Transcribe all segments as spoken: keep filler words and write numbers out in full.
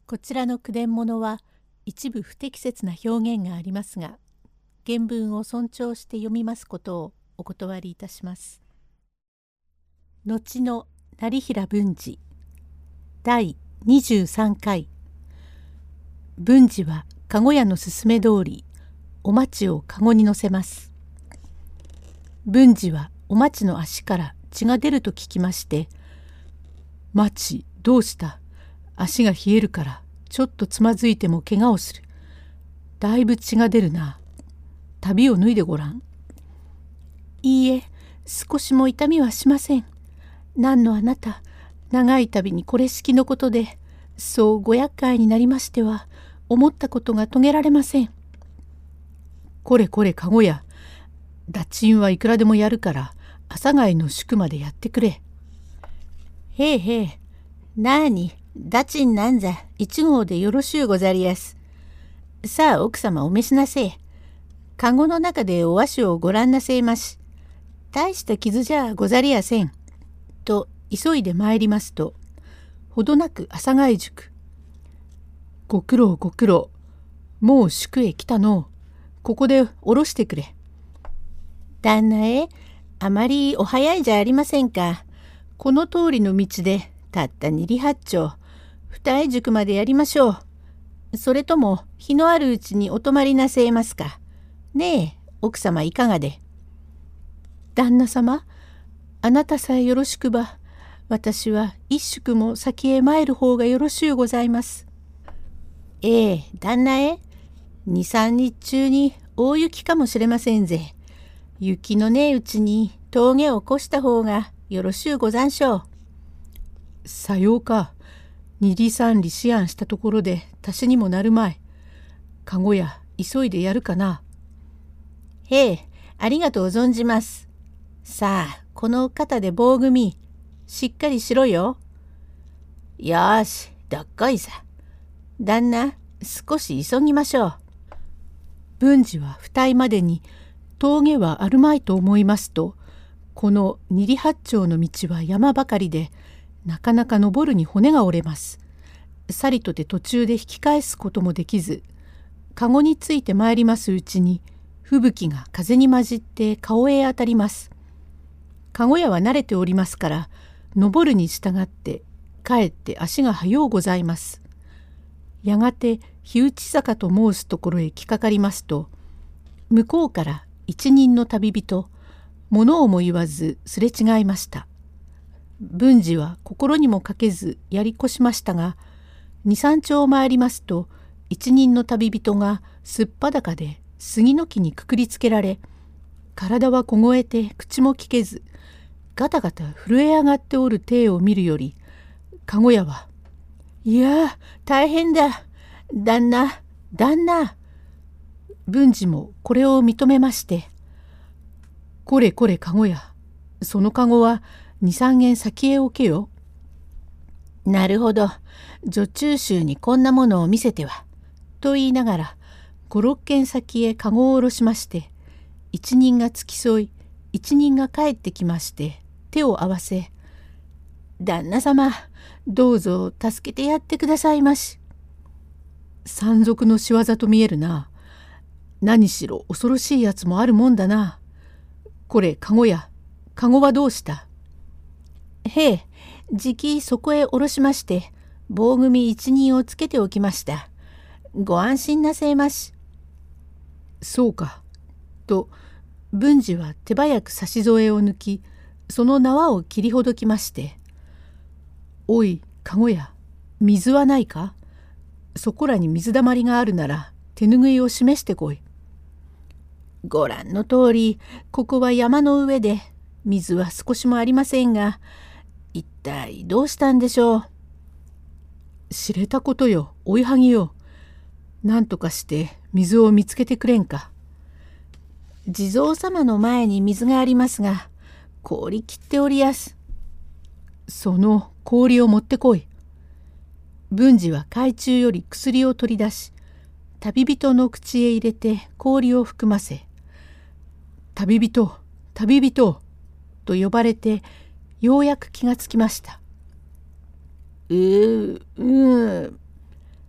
こちらの句伝物は一部不適切な表現がありますが、原文を尊重して読みますことをお断りいたします。後の業平文治だいにじゅうさんかい。文治は籠屋の勧め通りお町を籠に乗せます。文治はお町の足から血が出ると聞きまして、町どうした？足が冷えるからちょっとつまずいても怪我をする。だいぶ血が出るな。旅を脱いでごらん。いいえ、少しも痛みはしません。なんのあなた、長い旅にこれしきのことで、そうご厄介になりましては、思ったことが遂げられません。これこれ籠屋、脱賃はいくらでもやるから、朝帰の宿までやってくれ。 へえへえ、なあに、駄賃なんざ一号でよろしゅうござりやす。さあ奥様お召しなせえ。かごの中でお足をご覧なせえまし。大した傷じゃござりやせん。 と急いで参りますと、ほどなく朝帰宿。ご苦労ご苦労。もう宿へ来たの。ここで降ろしてくれ。 旦那へ、あまりお早いじゃありませんか。この通りの道でたった二里八丁、二重宿までやりましょう。それとも日のあるうちにお泊まりなせえますか。ねえ、奥様いかがで。 旦那様、あなたさえよろしくば、私は一宿も先へ参る方がよろしゅうございます。 ええ、旦那へ、二三日中に大雪かもしれませんぜ。雪のねえうちに峠を越した方がよろしゅうござんしょう。 さようか。二里三里思案したところで足しにもなるまい。籠屋急いでやるかな。 へえ、ありがとう存じます。さあこの肩で棒組しっかりしろよ。よし、どっこいさ。旦那少し急ぎましょう。 文治は二重までに峠はあるまいと思いますと、この二里八丁の道は山ばかりで、なかなか登るに骨が折れます。さりとて途中で引き返すこともできず、籠についてまいりますうちに、吹雪が風に混じって顔へ当たります。籠屋は慣れておりますから、登るに従ってかえって足が速うございます。やがて日内坂と申すところへ来かかりますと、向こうから一人の旅人、物をも言わずすれ違いました。文治は心にもかけずやり越しましたが、二三丁参りますと、一人の旅人がすっぱだかで杉の木にくくりつけられ、体は凍えて口もきけず、ガタガタ震え上がっておる体を見るより、籠屋は、 いや大変だ。旦那、旦那。 文治もこれを認めまして、これこれ籠屋、その籠は二三軒先へ置けよ。 なるほど、女中衆にこんなものを見せては。 と言いながら、五六軒先へ籠を下ろしまして、一人が付き添い、一人が帰ってきまして、手を合わせ、 旦那様、どうぞ助けてやってくださいまし。 山賊の仕業と見えるな。何しろ恐ろしいやつもあるもんだな。これ籠や、籠はどうした？ へえ、じきそこへ下ろしまして、棒組一人をつけておきました。ご安心なせえまし。 そうか。と、文治は手早く差し添えを抜き、その縄を切りほどきまして、おい、籠や、水はないか？そこらに水だまりがあるなら、手ぬぐいを示してこい。 ご覧の通り、ここは山の上で、水は少しもありませんが、一体どうしたんでしょう。 知れたことよ、追いはぎよ。なんとかして水を見つけてくれんか。 地蔵様の前に水がありますが、氷切っておりやす。 その氷を持ってこい。文治は懐中より薬を取り出し、旅人の口へ入れて氷を含ませ、旅人、旅人と呼ばれてようやく気がつきました。 うー、うー。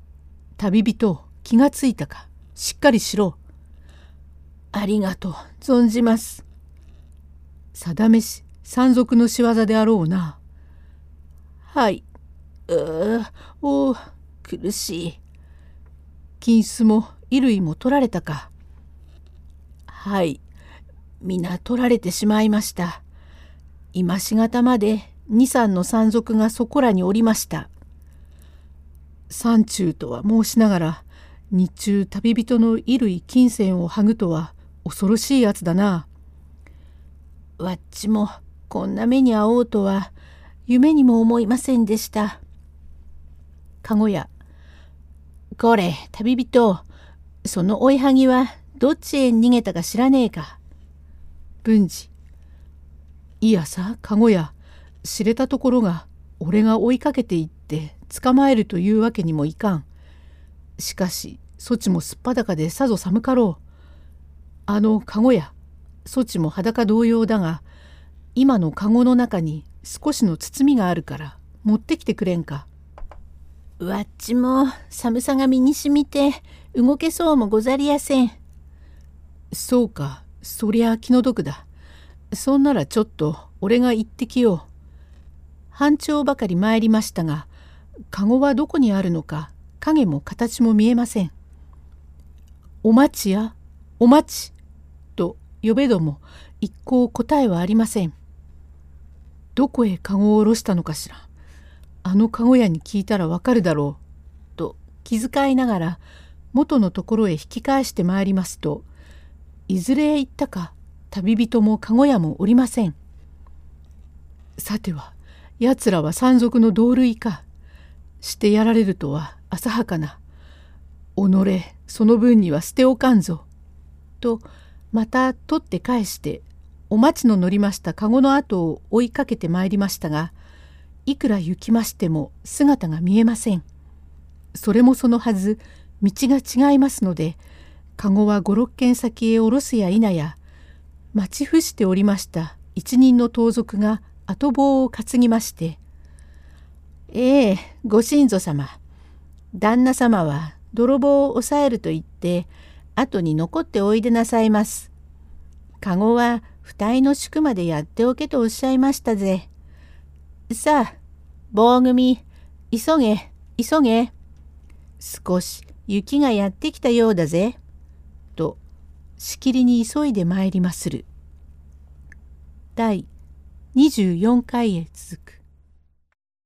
旅人、気がついたか。しっかりしろ。 ありがとう存じます。 定めし山賊の仕業であろうな。 はい。うう、おう、苦しい。 金子も衣類も取られたか。 はい。皆取られてしまいました。今しがたまで二三の山賊がそこらにおりました。 山中とは申しながら、日中旅人の衣類金銭を剥ぐとは恐ろしいやつだな。 わっちもこんな目に遭おうとは夢にも思いませんでした。 かごや、 これ旅人、その追いはぎはどっちへ逃げたか知らねえか。 文治、いやさ、かごや、知れたところが俺が追いかけていって捕まえるというわけにもいかん。しかしそちもすっぱだかでさぞ寒かろう。あのかごや、そちも裸同様だが、今のかごの中に少しの包みがあるから持ってきてくれんか。 わっちも寒さが身にしみて動けそうもござりやせん。 そうか、そりゃ気の毒だ。そんならちょっと俺が行ってきよう。班長ばかり参りましたが、かごはどこにあるのか影も形も見えません。お待ちや、お待ちと呼べども一向答えはありません。どこへかごを下ろしたのかしら。あのかご屋に聞いたらわかるだろう。と気遣いながら元のところへ引き返してまいりますと、いずれへ行ったか旅人もかご屋もおりません。さてはやつらは山賊の同類か。してやられるとは浅はかな。己その分には捨ておかんぞ。とまた取って返してお待ちの乗りましたかごの後を追いかけてまいりましたが、いくら行きましても姿が見えません。それもそのはず、道が違いますので、かごは五六軒先へ下ろすや否や、待ち伏しておりました一人の盗賊が後棒を担ぎまして、 ええ、ご新造様。旦那様は泥棒を抑えると言って、後に残っておいでなさいます。かごは二重の宿までやっておけとおっしゃいましたぜ。さあ、棒組、急げ、急げ。少し雪がやってきたようだぜ。 と、しきりに急いで参りまする。だいにじゅうよんかいへ続く。